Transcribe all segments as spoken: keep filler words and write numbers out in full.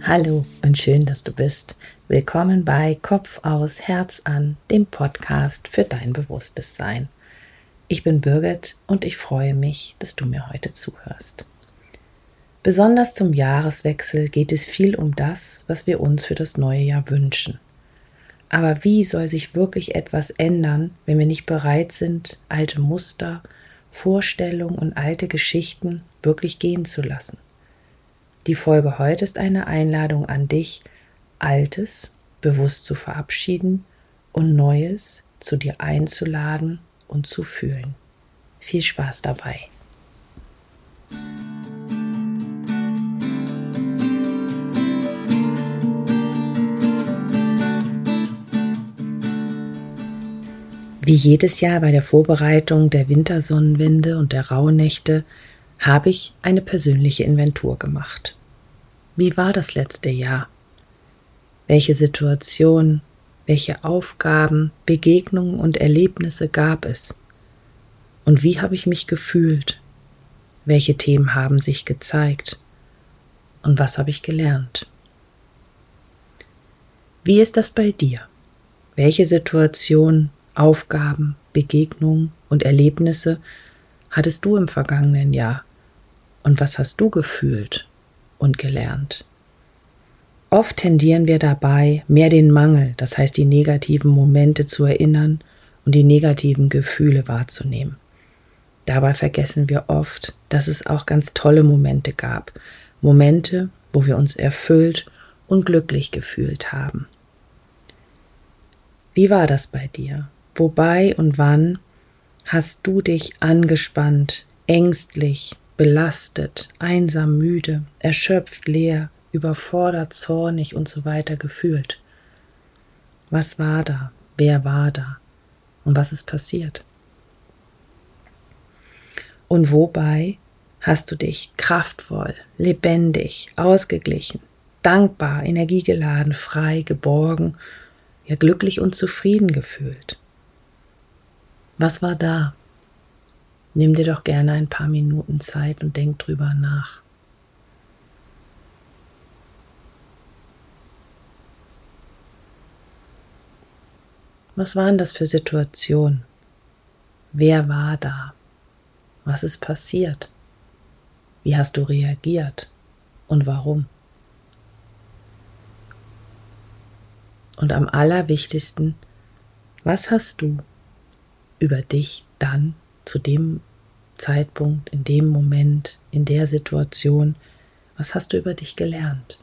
Hallo und schön, dass du bist. Willkommen bei Kopf aus, Herz an, dem Podcast für dein bewusstes Sein. Ich bin Birgit und ich freue mich, dass du mir heute zuhörst. Besonders zum Jahreswechsel geht es viel um das, was wir uns für das neue Jahr wünschen. Aber wie soll sich wirklich etwas ändern, wenn wir nicht bereit sind, alte Muster, Vorstellungen und alte Geschichten wirklich gehen zu lassen? Die Folge heute ist eine Einladung an dich, Altes bewusst zu verabschieden und Neues zu dir einzuladen und zu fühlen. Viel Spaß dabei. Wie jedes Jahr bei der Vorbereitung der Wintersonnenwende und der Rauhnächte habe ich eine persönliche Inventur gemacht. Wie war das letzte Jahr? Welche Situationen, welche Aufgaben, Begegnungen und Erlebnisse gab es? Und wie habe ich mich gefühlt? Welche Themen haben sich gezeigt? Und was habe ich gelernt? Wie ist das bei dir? Welche Situationen, Aufgaben, Begegnungen und Erlebnisse hattest du im vergangenen Jahr? Und was hast du gefühlt und gelernt? Oft tendieren wir dabei, mehr den Mangel, das heißt die negativen Momente zu erinnern und die negativen Gefühle wahrzunehmen. Dabei vergessen wir oft, dass es auch ganz tolle Momente gab. Momente, wo wir uns erfüllt und glücklich gefühlt haben. Wie war das bei dir? Wobei und wann hast du dich angespannt, ängstlich, belastet, einsam, müde, erschöpft, leer, überfordert, zornig und so weiter gefühlt? Was war da? Wer war da? Und was ist passiert? Und wobei hast du dich kraftvoll, lebendig, ausgeglichen, dankbar, energiegeladen, frei, geborgen, ja glücklich und zufrieden gefühlt? Was war da? Nimm dir doch gerne ein paar Minuten Zeit und denk drüber nach. Was waren das für Situationen? Wer war da? Was ist passiert? Wie hast du reagiert? Und warum? Und am allerwichtigsten, was hast du über dich dann zu dem Zeitpunkt, in dem Moment, in der Situation, was hast du über dich gelernt?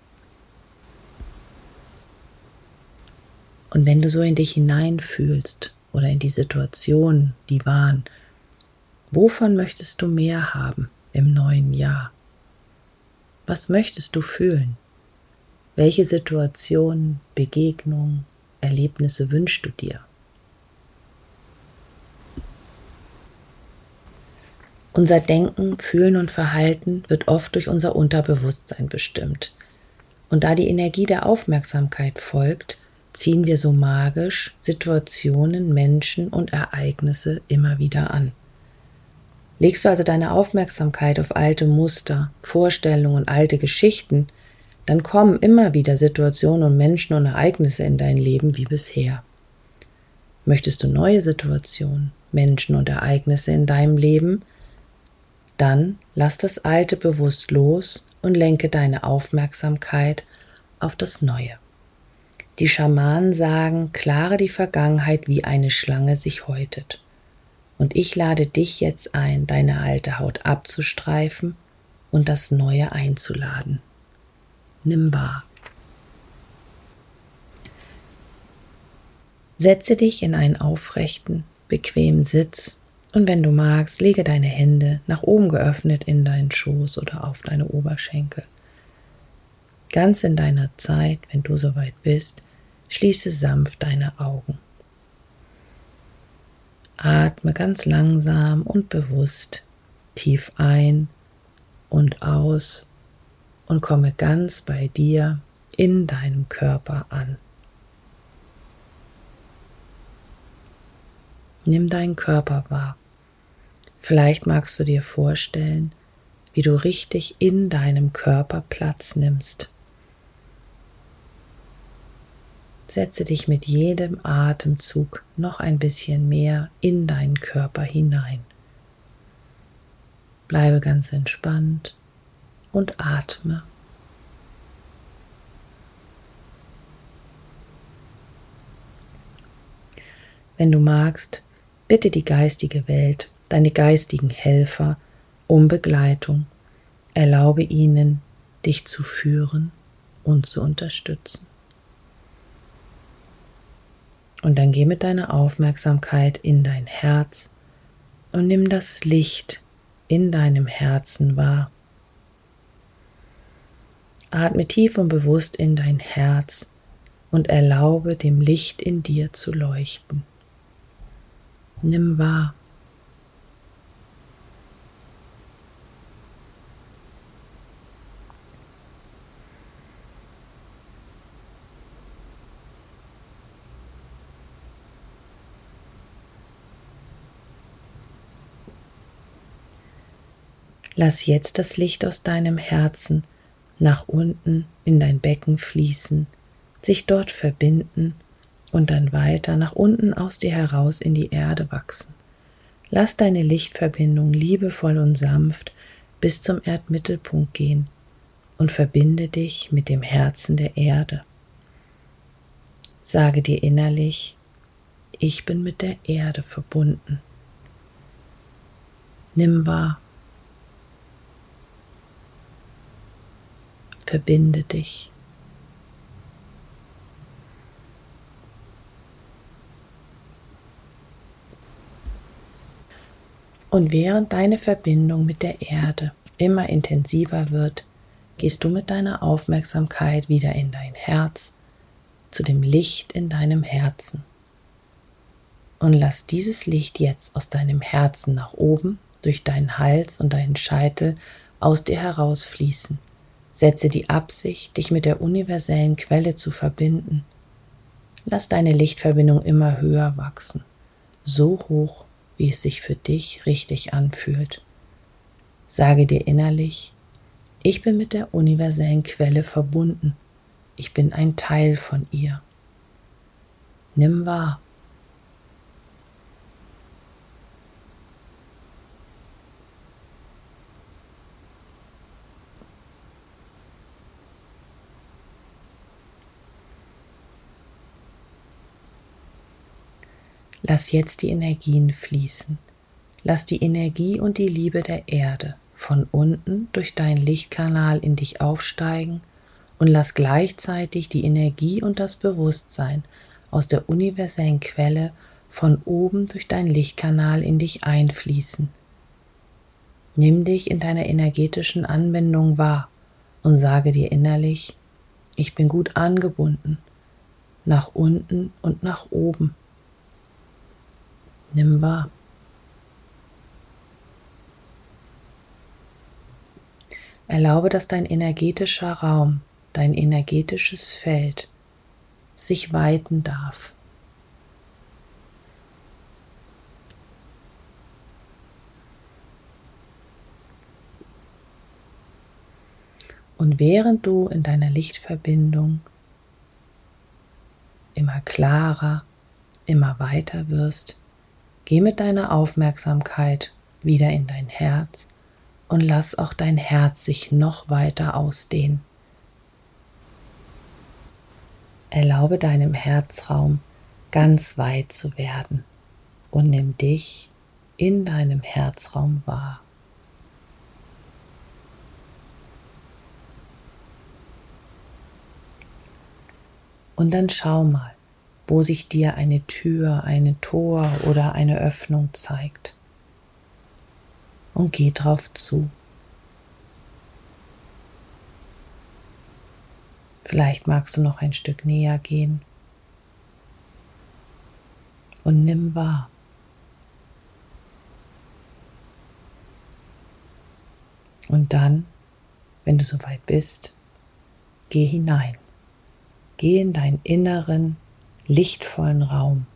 Und wenn du so in dich hineinfühlst oder in die Situationen, die waren, wovon möchtest du mehr haben im neuen Jahr? Was möchtest du fühlen? Welche Situationen, Begegnungen, Erlebnisse wünschst du dir? Unser Denken, Fühlen und Verhalten wird oft durch unser Unterbewusstsein bestimmt. Und da die Energie der Aufmerksamkeit folgt, ziehen wir so magisch Situationen, Menschen und Ereignisse immer wieder an. Legst du also deine Aufmerksamkeit auf alte Muster, Vorstellungen und alte Geschichten, dann kommen immer wieder Situationen und Menschen und Ereignisse in dein Leben wie bisher. Möchtest du neue Situationen, Menschen und Ereignisse in deinem Leben? Dann lass das Alte bewusst los und lenke deine Aufmerksamkeit auf das Neue. Die Schamanen sagen, klare die Vergangenheit, wie eine Schlange sich häutet. Und ich lade dich jetzt ein, deine alte Haut abzustreifen und das Neue einzuladen. Nimm wahr. Setze dich in einen aufrechten, bequemen Sitz und wenn du magst, lege deine Hände nach oben geöffnet in deinen Schoß oder auf deine Oberschenkel. Ganz in deiner Zeit, wenn du soweit bist, schließe sanft deine Augen. Atme ganz langsam und bewusst tief ein und aus und komme ganz bei dir in deinem Körper an. Nimm deinen Körper wahr. Vielleicht magst du dir vorstellen, wie du richtig in deinem Körper Platz nimmst. setze dich mit jedem Atemzug noch ein bisschen mehr in deinen Körper hinein. Bleibe ganz entspannt und atme. Wenn du magst, bitte die geistige Welt, deine geistigen Helfer um Begleitung. Erlaube ihnen, dich zu führen und zu unterstützen. Und dann geh mit deiner Aufmerksamkeit in dein Herz und nimm das Licht in deinem Herzen wahr. Atme tief und bewusst in dein Herz und erlaube dem Licht in dir zu leuchten. Nimm wahr. Lass jetzt das Licht aus deinem Herzen nach unten in dein Becken fließen, sich dort verbinden und dann weiter nach unten aus dir heraus in die Erde wachsen. Lass deine Lichtverbindung liebevoll und sanft bis zum Erdmittelpunkt gehen und verbinde dich mit dem Herzen der Erde. Sage dir innerlich, ich bin mit der Erde verbunden. Nimm wahr. Verbinde dich. Und während deine Verbindung mit der Erde immer intensiver wird, gehst du mit deiner Aufmerksamkeit wieder in dein Herz, zu dem Licht in deinem Herzen. Und lass dieses Licht jetzt aus deinem Herzen nach oben, durch deinen Hals und deinen Scheitel aus dir herausfließen. Setze die Absicht, dich mit der universellen Quelle zu verbinden. Lass deine Lichtverbindung immer höher wachsen, so hoch, wie es sich für dich richtig anfühlt. Sage dir innerlich, ich bin mit der universellen Quelle verbunden. Ich bin ein Teil von ihr. Nimm wahr. Lass jetzt die Energien fließen. Lass die Energie und die Liebe der Erde von unten durch deinen Lichtkanal in dich aufsteigen und lass gleichzeitig die Energie und das Bewusstsein aus der universellen Quelle von oben durch deinen Lichtkanal in dich einfließen. Nimm dich in deiner energetischen Anbindung wahr und sage dir innerlich, ich bin gut angebunden, nach unten und nach oben. Nimm wahr. Erlaube, dass dein energetischer Raum, dein energetisches Feld sich weiten darf. Und während du in deiner Lichtverbindung immer klarer, immer weiter wirst, geh mit deiner Aufmerksamkeit wieder in dein Herz und lass auch dein Herz sich noch weiter ausdehnen. Erlaube deinem Herzraum ganz weit zu werden und nimm dich in deinem Herzraum wahr. Und dann schau mal, wo sich dir eine Tür, ein Tor oder eine Öffnung zeigt. Und geh drauf zu. Vielleicht magst du noch ein Stück näher gehen. Und nimm wahr. Und dann, wenn du soweit bist, geh hinein. Geh in deinen inneren, lichtvollen Raum.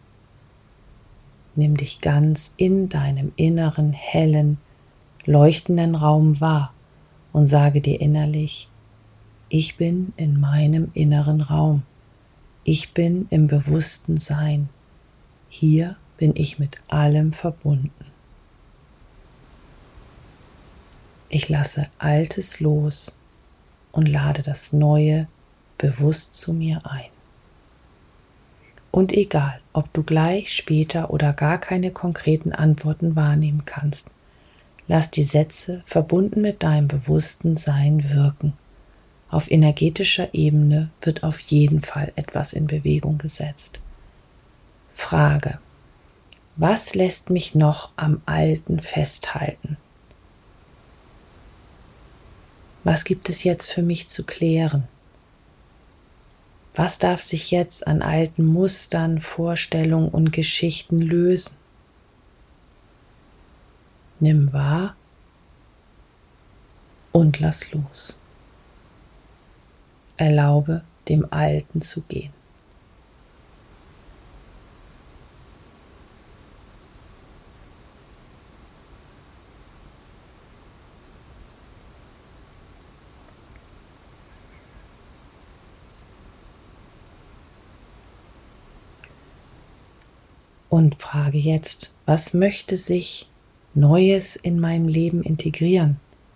Nimm dich ganz in deinem inneren, hellen, leuchtenden Raum wahr und sage dir innerlich, ich bin in meinem inneren Raum. Ich bin im bewussten Sein. Hier bin ich mit allem verbunden. Ich lasse Altes los und lade das Neue bewusst zu mir ein. Und egal, ob du gleich, später oder gar keine konkreten Antworten wahrnehmen kannst, lass die Sätze verbunden mit deinem bewussten Sein wirken. Auf energetischer Ebene wird auf jeden Fall etwas in Bewegung gesetzt. Frage: Was lässt mich noch am Alten festhalten? Was gibt es jetzt für mich zu klären? Was darf sich jetzt an alten Mustern, Vorstellungen und Geschichten lösen? Nimm wahr und lass los. Erlaube dem Alten zu gehen. Und frage jetzt, was möchte sich Neues in meinem Leben integrieren?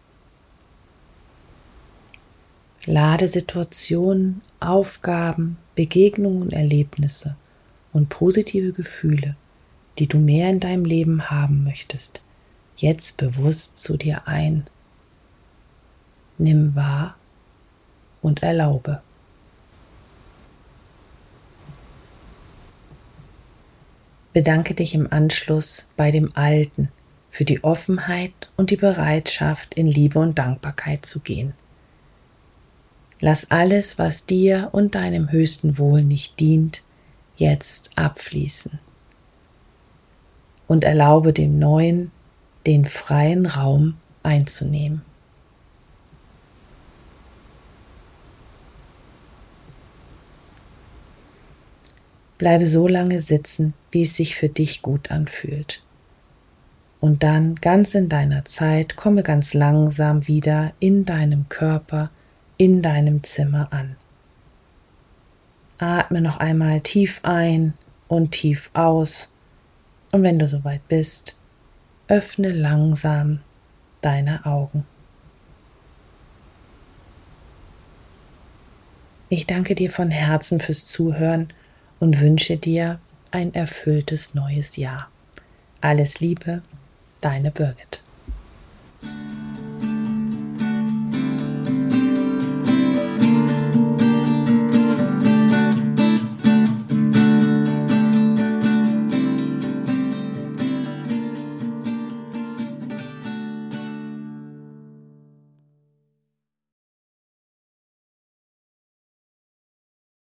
Lade Situationen, Aufgaben, Begegnungen und Erlebnisse und positive Gefühle, die du mehr in deinem Leben haben möchtest, jetzt bewusst zu dir ein. Nimm wahr und erlaube. Bedanke dich im Anschluss bei dem Alten für die Offenheit und die Bereitschaft, in Liebe und Dankbarkeit zu gehen. Lass alles, was dir und deinem höchsten Wohl nicht dient, jetzt abfließen. Und erlaube dem Neuen, den freien Raum einzunehmen. Bleibe so lange sitzen, wie es sich für dich gut anfühlt. Und dann, ganz in deiner Zeit, komme ganz langsam wieder in deinem Körper, in deinem Zimmer an. Atme noch einmal tief ein und tief aus. Und wenn du soweit bist, öffne langsam deine Augen. Ich danke dir von Herzen fürs Zuhören und wünsche dir ein erfülltes neues Jahr. Alles Liebe, deine Birgit.